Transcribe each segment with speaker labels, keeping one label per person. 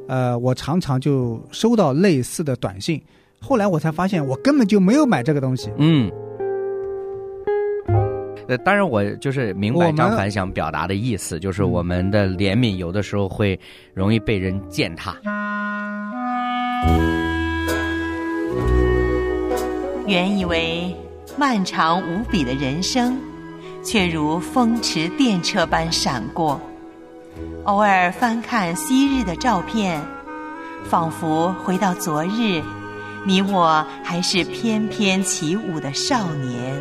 Speaker 1: 我常常就收到类似的短信，后来我才发现我根本就没有买这个东西。
Speaker 2: 当然我就是明白张凡想表达的意思，就是我们的怜悯有的时候会容易被人践踏。
Speaker 3: 原以为漫长无比的人生，却如风驰电掣般闪过。偶尔翻看昔日的照片，仿佛回到昨日，你我还是翩翩起舞的少年。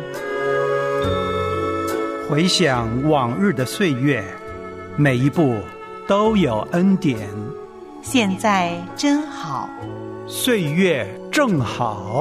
Speaker 4: 回想往日的岁月，每一步都有恩典。
Speaker 3: 现在真好，
Speaker 4: 岁月正好。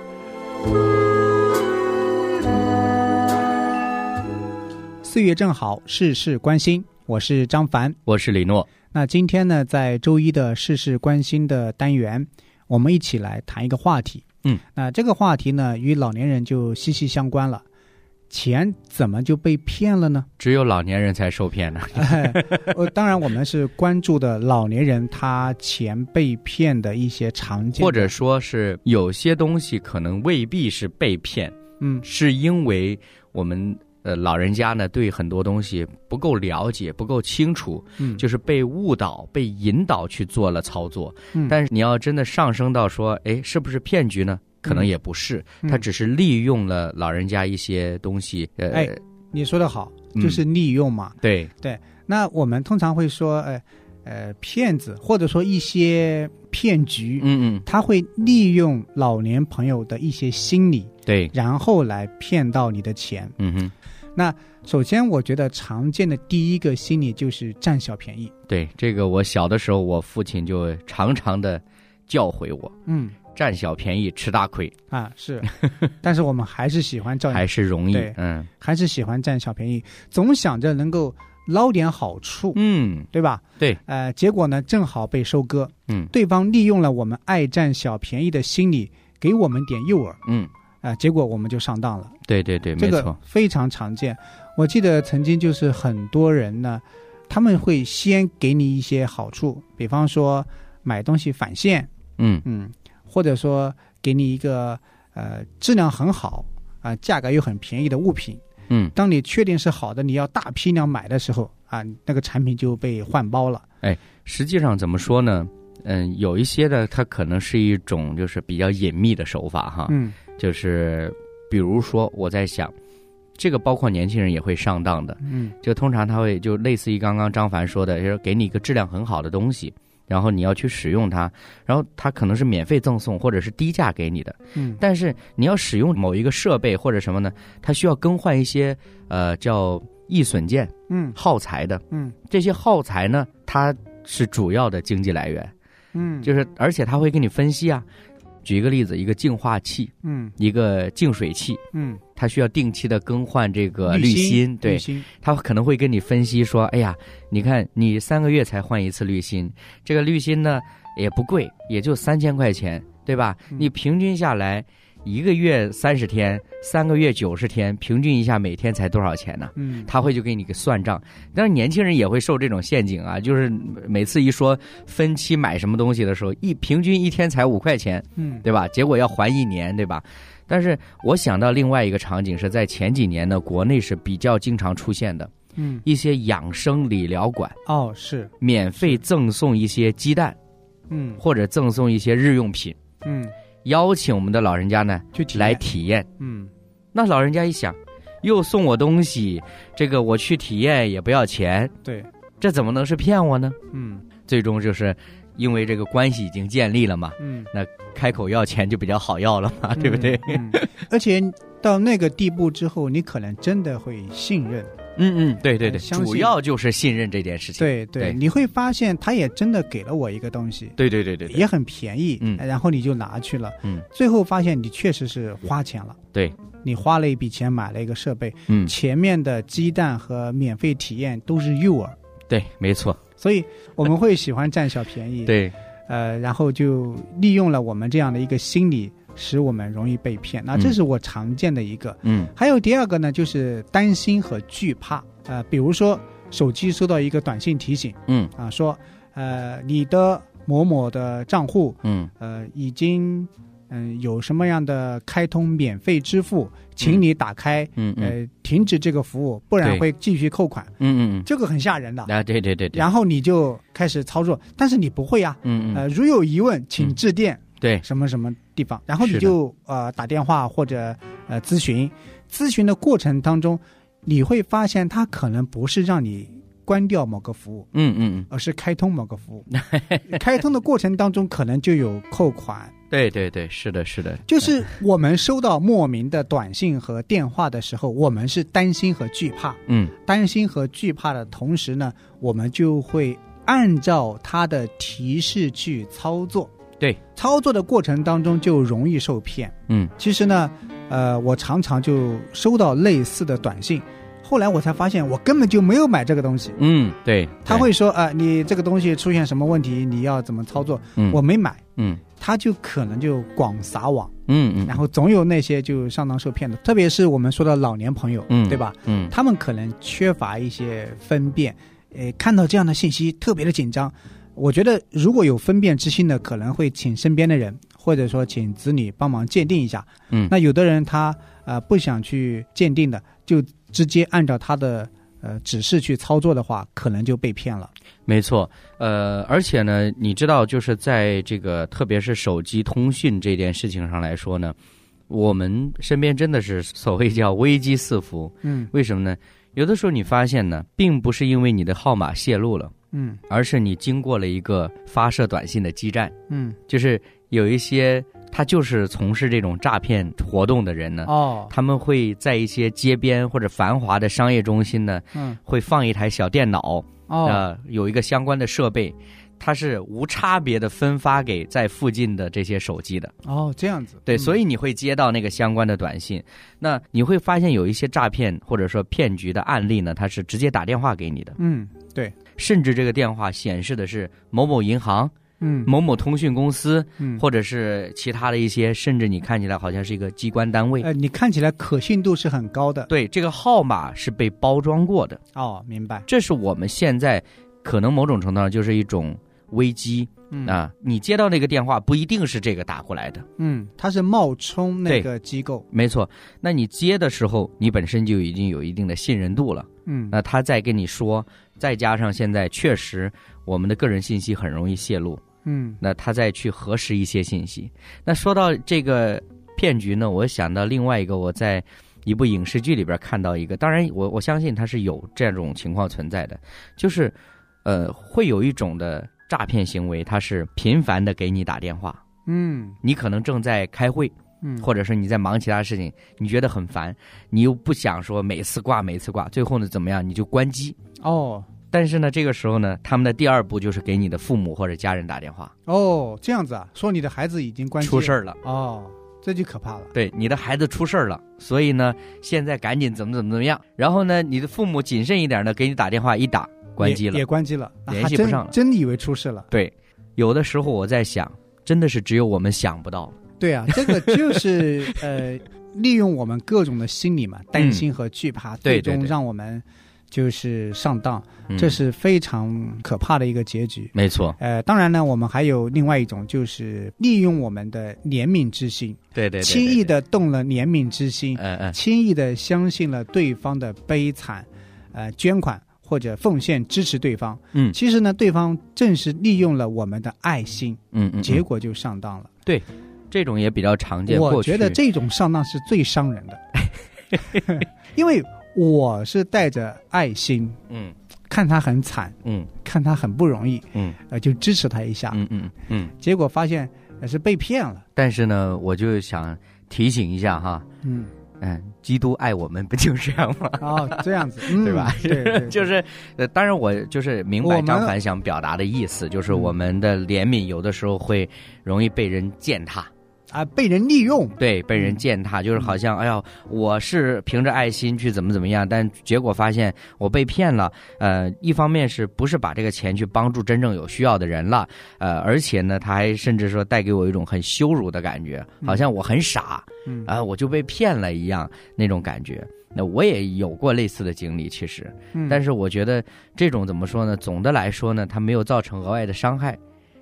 Speaker 1: 岁月正好，事事关心。我是张凡，
Speaker 2: 我是李诺。
Speaker 1: 那今天呢，在周一的事事关心的单元，我们一起来谈一个话题。那这个话题呢，与老年人就息息相关了。钱怎么就被骗了呢？
Speaker 2: 只有老年人才受骗呢。
Speaker 1: 当然我们是关注的老年人他钱被骗的一些常见的，
Speaker 2: 或者说是有些东西可能未必是被骗，是因为我们老人家呢对很多东西不够了解，不够清楚，就是被误导被引导去做了操作。但是你要真的上升到说是不是骗局呢，可能也不是，他只是利用了老人家一些东西。
Speaker 1: 你说得好，就是利用嘛。
Speaker 2: 对，
Speaker 1: 那我们通常会说骗子或者说一些骗局，他会利用老年朋友的一些心理，
Speaker 2: 对，
Speaker 1: 然后来骗到你的钱。那首先我觉得常见的第一个心理就是占小便宜。
Speaker 2: 对，这个我小的时候我父亲就常常的教诲我，占小便宜吃大亏
Speaker 1: 啊，是。但是我们还是喜欢占，
Speaker 2: 还是容易，
Speaker 1: 还是喜欢占小便宜，总想着能够捞点好处，对吧？
Speaker 2: 对，
Speaker 1: 结果呢正好被收割，对方利用了我们爱占小便宜的心理，给我们点诱饵，结果我们就上当了。
Speaker 2: 对，没错，
Speaker 1: 这个非常常见。我记得曾经就是很多人呢，他们会先给你一些好处，比方说买东西返现，或者说给你一个质量很好价格又很便宜的物品，当你确定是好的，你要大批量买的时候那个产品就被换包了。
Speaker 2: 实际上怎么说呢？有一些的它可能是一种就是比较隐秘的手法哈，就是比如说我在想，这个包括年轻人也会上当的，就通常他会就类似于刚刚张凡说的，就是给你一个质量很好的东西，然后你要去使用它，然后它可能是免费赠送或者是低价给你的，但是你要使用某一个设备或者什么呢，它需要更换一些叫易损件，耗材的，这些耗材呢，它是主要的经济来源，就是而且它会给你分析啊。举一个例子，一个净化器，一个净水器，它需要定期的更换这个滤芯，对，它可能会跟你分析说，哎呀，你看你3个月才换一次滤芯，这个滤芯呢也不贵，也就3000块钱，对吧？你平均下来1个月30天，3个月90天，平均一下每天才多少钱呢？他会就给你个算账。但是年轻人也会受这种陷阱啊，就是每次一说分期买什么东西的时候，平均1天才5块钱，对吧？结果要还1年，对吧？但是我想到另外一个场景是在前几年呢，国内是比较经常出现的，一些养生理疗馆
Speaker 1: 是
Speaker 2: 免费赠送一些鸡蛋，或者赠送一些日用品，邀请我们的老人家呢来体验，那老人家一想，又送我东西，这个我去体验也不要钱，
Speaker 1: 对，
Speaker 2: 这怎么能是骗我呢？最终就是因为这个关系已经建立了嘛，那开口要钱就比较好要了嘛，对不对？
Speaker 1: 而且到那个地步之后，你可能真的会信任。
Speaker 2: 对，主要就是信任这件事情。
Speaker 1: 对，你会发现他也真的给了我一个东西，
Speaker 2: 对，
Speaker 1: 也很便宜，然后你就拿去了，最后发现你确实是花钱了，
Speaker 2: 对，
Speaker 1: 你花了一笔钱买了一个设备，前面的鸡蛋和免费体验都是诱饵，
Speaker 2: 对，没错，
Speaker 1: 所以我们会喜欢占小便宜，
Speaker 2: 对，
Speaker 1: 然后就利用了我们这样的一个心理，使我们容易被骗。那这是我常见的一个，还有第二个呢，就是担心和惧怕，比如说手机收到一个短信提醒，说你的某某的账户，已经有什么样的开通免费支付，请你打开，停止这个服务，不然会继续扣款。这个很吓人的
Speaker 2: 啊，对。
Speaker 1: 然后你就开始操作，但是你不会啊，如有疑问，请致电，
Speaker 2: 对，
Speaker 1: 什么什么地方，然后你就打电话或者咨询的过程当中，你会发现它可能不是让你关掉某个服务，而是开通某个服务。开通的过程当中可能就有扣款。
Speaker 2: 对，是的。
Speaker 1: 就是我们收到莫名的短信和电话的时候，我们是担心和惧怕。担心和惧怕的同时呢，我们就会按照它的提示去操作。
Speaker 2: 对，
Speaker 1: 操作的过程当中就容易受骗。其实呢，我常常就收到类似的短信。后来我才发现我根本就没有买这个东西。
Speaker 2: 对，
Speaker 1: 他会说你这个东西出现什么问题，你要怎么操作，我没买。他就可能就广撒网。然后总有那些就上当受骗的，特别是我们说的老年朋友，对吧？他们可能缺乏一些分辨，看到这样的信息特别的紧张。我觉得如果有分辨之心的，可能会请身边的人或者说请子女帮忙鉴定一下。那有的人他不想去鉴定的，就直接按照他的指示去操作的话，可能就被骗了。
Speaker 2: 没错，而且呢，你知道，就是在这个特别是手机通讯这件事情上来说呢，我们身边真的是所谓叫危机四伏。为什么呢？有的时候你发现呢，并不是因为你的号码泄露了，而是你经过了一个发射短信的基站。就是有一些他就是从事这种诈骗活动的人呢，他们会在一些街边或者繁华的商业中心呢，会放一台小电脑，有一个相关的设备，它是无差别的分发给在附近的这些手机的。
Speaker 1: 这样子。
Speaker 2: 对，所以你会接到那个相关的短信。那你会发现有一些诈骗或者说骗局的案例呢，它是直接打电话给你的。
Speaker 1: 对，
Speaker 2: 甚至这个电话显示的是某某银行。某某通讯公司，或者是其他的一些，甚至你看起来好像是一个机关单位，
Speaker 1: 你看起来可信度是很高的。
Speaker 2: 对，这个号码是被包装过的。
Speaker 1: 明白。
Speaker 2: 这是我们现在可能某种程度上就是一种危机。你接到那个电话不一定是这个打过来的。
Speaker 1: 它是冒充那个机构。
Speaker 2: 没错。那你接的时候，你本身就已经有一定的信任度了。那他再跟你说，再加上现在确实我们的个人信息很容易泄露。那他再去核实一些信息。那说到这个骗局呢，我想到另外一个，我在一部影视剧里边看到一个，当然我相信它是有这种情况存在的，就是会有一种的诈骗行为，它是频繁的给你打电话。你可能正在开会，或者是你在忙其他事情，你觉得很烦，你又不想说每次挂，最后呢怎么样，你就关机。但是呢，这个时候呢，他们的第二步就是给你的父母或者家人打电话。
Speaker 1: 这样子啊，说你的孩子已经关机了，
Speaker 2: 出事了。
Speaker 1: 这就可怕了。
Speaker 2: 对，你的孩子出事了，所以呢，现在赶紧怎么样。然后呢，你的父母谨慎一点呢，给你打电话一打，关机了，
Speaker 1: 也关机了，
Speaker 2: 联系不上了，
Speaker 1: 真以为出事了。
Speaker 2: 对，有的时候我在想，真的是只有我们想不到。
Speaker 1: 对啊，这个就是利用我们各种的心理嘛，担心和惧怕，最终让我们就是上当，这是非常可怕的一个结局。
Speaker 2: 没错。
Speaker 1: 当然呢，我们还有另外一种，就是利用我们的怜悯之心，
Speaker 2: 对，
Speaker 1: 轻易的动了怜悯之心，轻易的相信了对方的悲惨，捐款或者奉献支持对方。其实呢，对方正是利用了我们的爱心，结果就上当了。
Speaker 2: 对，这种也比较常见。
Speaker 1: 我觉得这种上当是最伤人的，因为我是带着爱心，看他很惨，看他很不容易，就支持他一下，结果发现是被骗了。
Speaker 2: 但是呢，我就想提醒一下哈，基督爱我们不就这样吗？
Speaker 1: 这样子，
Speaker 2: 对吧？
Speaker 1: 对，
Speaker 2: 就是当然我就是明白张凡想表达的意思，就是我们的怜悯有的时候会容易被人践踏。
Speaker 1: 被人利用。
Speaker 2: 对，被人践踏，就是好像我是凭着爱心去怎么样，但结果发现我被骗了。一方面是不是把这个钱去帮助真正有需要的人了，而且呢，他还甚至说带给我一种很羞辱的感觉，好像我很傻，我就被骗了一样那种感觉。那我也有过类似的经历，其实，但是我觉得这种怎么说呢？总的来说呢，它没有造成额外的伤害。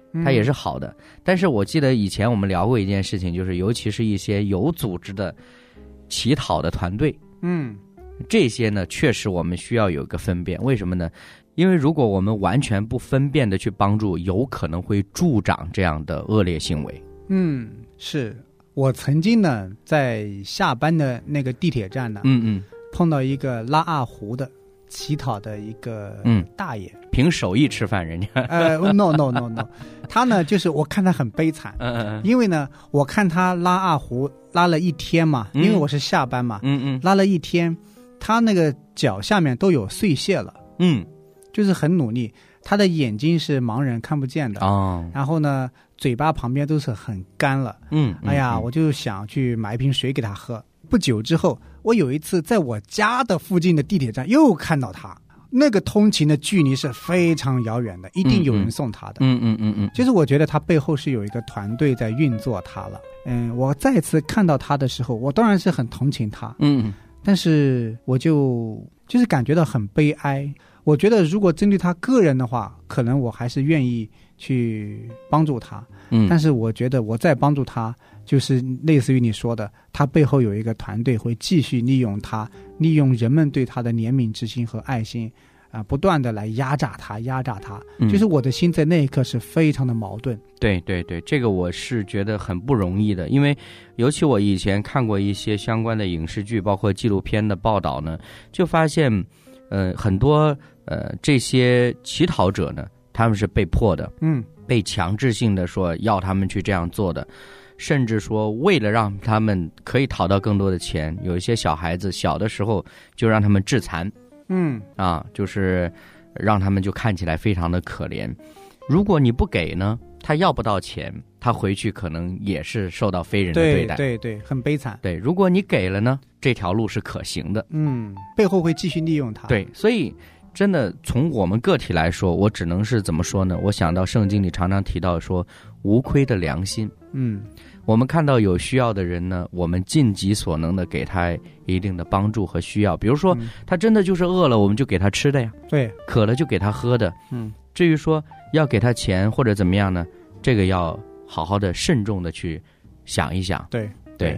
Speaker 2: 它也是好的。但是我记得以前我们聊过一件事情，就是尤其是一些有组织的乞讨的团队，这些呢确实我们需要有一个分辨。为什么呢？因为如果我们完全不分辨的去帮助，有可能会助长这样的恶劣行为。
Speaker 1: 是我曾经呢在下班的那个地铁站呢，碰到一个拉二胡的乞讨的一个大爷，
Speaker 2: 凭手艺吃饭，人家
Speaker 1: no， 他呢就是我看他很悲惨，因为呢我看他拉二胡拉了一天嘛，因为我是下班嘛，拉了一天，他那个脚下面都有碎屑了，就是很努力，他的眼睛是盲人看不见的然后呢嘴巴旁边都是很干了，哎呀，我就想去买一瓶水给他喝。不久之后，我有一次在我家的附近的地铁站又看到他，那个通勤的距离是非常遥远的，一定有人送他的。就是我觉得他背后是有一个团队在运作他了。我再次看到他的时候，我当然是很同情他，但是我就是感觉到很悲哀。我觉得如果针对他个人的话，可能我还是愿意去帮助他，但是我觉得我再帮助他，就是类似于你说的，他背后有一个团队会继续利用他，利用人们对他的怜悯之心和爱心不断的来压榨他，就是我的心在那一刻是非常的矛盾。
Speaker 2: 对，这个我是觉得很不容易的，因为尤其我以前看过一些相关的影视剧，包括纪录片的报道呢，就发现很多这些乞讨者呢，他们是被迫的，被强制性的说要他们去这样做的，甚至说为了让他们可以讨到更多的钱，有一些小孩子小的时候就让他们致残，就是让他们就看起来非常的可怜。如果你不给呢，他要不到钱，他回去可能也是受到非人的对待，
Speaker 1: 对，很悲惨。
Speaker 2: 对，如果你给了呢，这条路是可行的，
Speaker 1: 背后会继续利用他。
Speaker 2: 对，所以真的从我们个体来说，我只能是怎么说呢？我想到圣经里常常提到说无亏的良心。我们看到有需要的人呢，我们尽己所能的给他一定的帮助和需要。比如说他真的就是饿了，我们就给他吃的呀，对，渴了就给他喝的。至于说要给他钱或者怎么样呢，这个要好好的慎重的去想一想。对，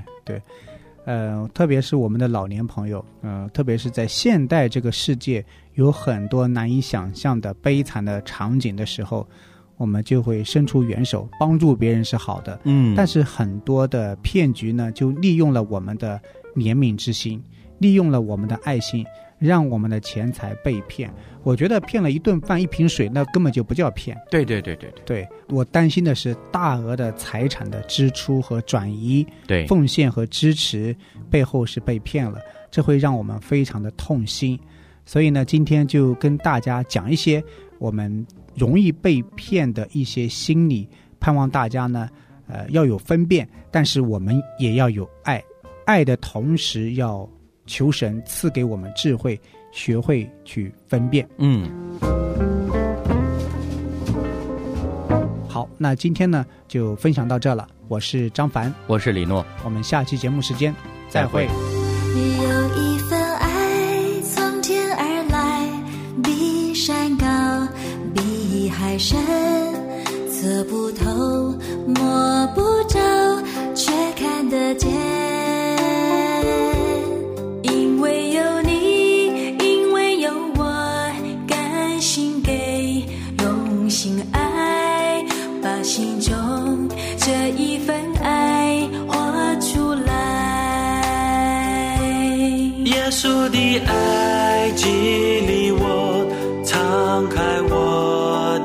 Speaker 1: 特别是我们的老年朋友，特别是在现代这个世界有很多难以想象的悲惨的场景的时候，我们就会伸出援手，帮助别人是好的，但是很多的骗局呢，就利用了我们的怜悯之心，利用了我们的爱心，让我们的钱财被骗。我觉得骗了一顿饭一瓶水，那根本就不叫骗。对，我担心的是大额的财产的支出和转移，对，奉献和支持背后是被骗了，这会让我们非常的痛心。所以呢，今天就跟大家讲一些我们容易被骗的一些心理，盼望大家呢要有分辨，但是我们也要有爱的同时要求神赐给我们智慧，学会去分辨。好，那今天呢就分享到这了。我是张凡，
Speaker 2: 我是李诺，
Speaker 1: 我们下期节目时间再会。
Speaker 5: 有一份爱从天而来，比山高比海深，测不透摸不着，却看得见。因为有你，因为有我，甘心给，用心爱，把心中这一份爱活出来。
Speaker 6: 耶稣的爱激励我，敞开我